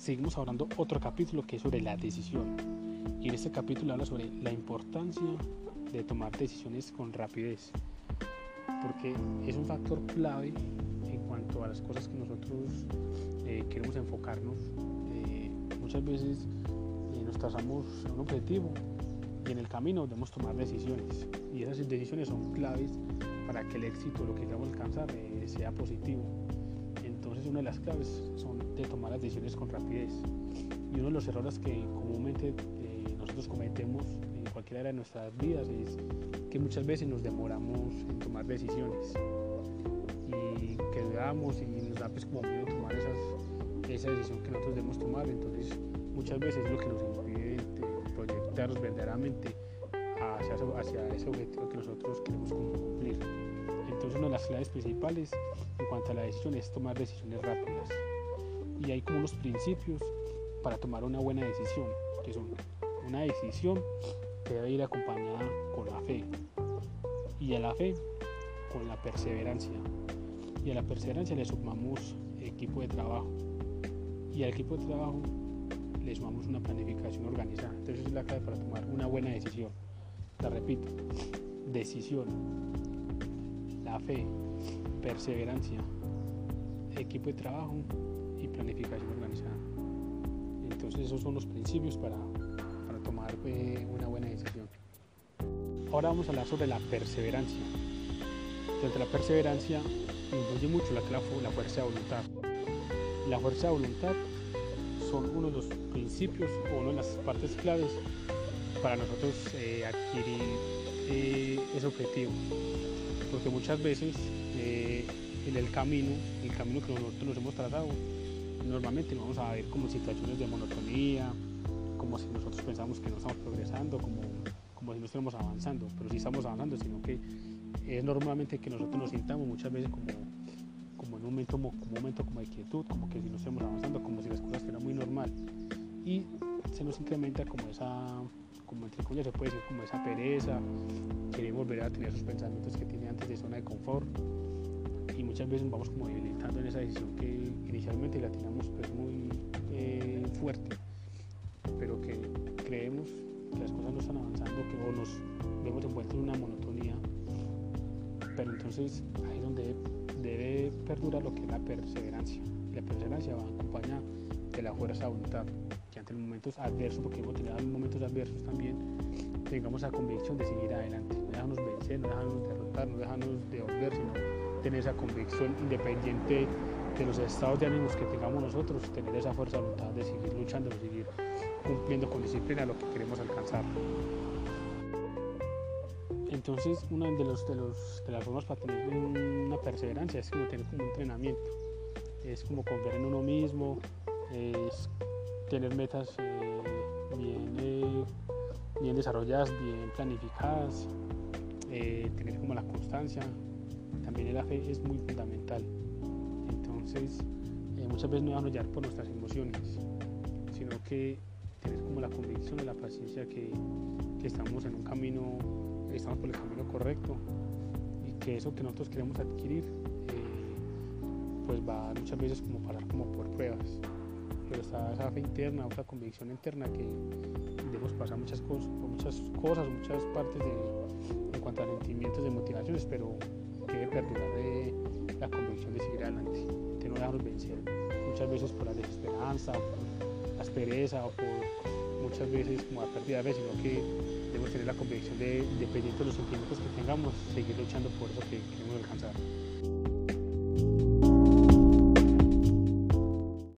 seguimos hablando otro capítulo que es sobre la decisión. Y en este capítulo habla sobre la importancia de tomar decisiones con rapidez, porque es un factor clave en cuanto a las cosas que nosotros queremos enfocarnos. Muchas veces nos trazamos un objetivo y en el camino debemos tomar decisiones, y esas decisiones son claves para que el éxito, lo que queramos alcanzar, sea positivo. Entonces, una de las claves son de tomar las decisiones con rapidez, y uno de los errores que comúnmente nosotros cometemos en cualquiera de nuestras vidas es que muchas veces nos demoramos en tomar decisiones y que dudamos y nos da como miedo tomar esa decisión que nosotros debemos tomar. Entonces, muchas veces es lo que nos impide proyectarnos verdaderamente hacia ese objetivo que nosotros queremos cumplir. Entonces, una de las claves principales en cuanto a la decisión es tomar decisiones rápidas, y hay como unos principios para tomar una buena decisión, que son: una decisión que debe ir acompañada con la fe, y a la fe con la perseverancia, y a la perseverancia le sumamos equipo de trabajo, y al equipo de trabajo le sumamos una planificación organizada. Entonces, esa es la clave para tomar una buena decisión. La repito: decisión, la fe, perseverancia, equipo de trabajo y planificación organizada. Entonces, esos son los principios para tomar una buena decisión. Ahora vamos a hablar sobre la perseverancia. Durante la perseverancia influye mucho la fuerza de voluntad. La fuerza de voluntad son uno de los principios o una de las partes claves para nosotros adquirir ese objetivo, porque muchas veces en el camino que nosotros nos hemos trazado, normalmente nos vamos a ver como situaciones de monotonía, como si nosotros pensamos que no estamos progresando, como si no estuviéramos avanzando, pero sí estamos avanzando, sino que es normalmente que nosotros nos sintamos muchas veces como en un momento como de quietud, como que si no estuviéramos avanzando, como si las cosas fueran muy normal, y se nos incrementa como entre comillas se puede decir, como esa pereza. Queremos volver a tener esos pensamientos que tiene antes de zona de confort, y muchas veces vamos como debilitando en esa decisión que inicialmente la teníamos pues muy fuerte, pero que creemos que las cosas no están avanzando, o nos vemos envueltos en una monotonía. Pero entonces ahí es donde debe perdurar lo que es la perseverancia. La perseverancia va acompañada de la fuerza de voluntad, que ante los momentos adversos, porque hemos tenido momentos adversos también, tengamos la convicción de seguir adelante, no dejarnos vencer, no dejarnos derrotar, no dejarnos devolver, sino tener esa convicción independiente de los estados de ánimos que tengamos nosotros, tener esa fuerza de voluntad de seguir luchando, de seguir cumpliendo con disciplina lo que queremos alcanzar. Entonces, una de las formas para tener una perseverancia es como tener como un entrenamiento, es como confiar en uno mismo, es tener metas bien desarrolladas, bien planificadas, tener como la constancia. También la fe es muy fundamental. Entonces, muchas veces no dejarnos llevar por nuestras emociones, sino que tener como la convicción y la paciencia que estamos en un camino, estamos por el camino correcto, y que eso que nosotros queremos adquirir pues va muchas veces como pasar como por pruebas, pero está esa fe interna, esa convicción interna que debemos pasar muchas cosas, muchas partes en cuanto a sentimientos, de motivaciones, pero que debe perdurar la convicción de seguir adelante, de no dejarnos vencer muchas veces por la desesperanza, por la aspereza, o por muchas veces como la pérdida de fe, sino que debemos tener la convicción de, dependiendo de los sentimientos que tengamos, seguir luchando por eso que queremos alcanzar.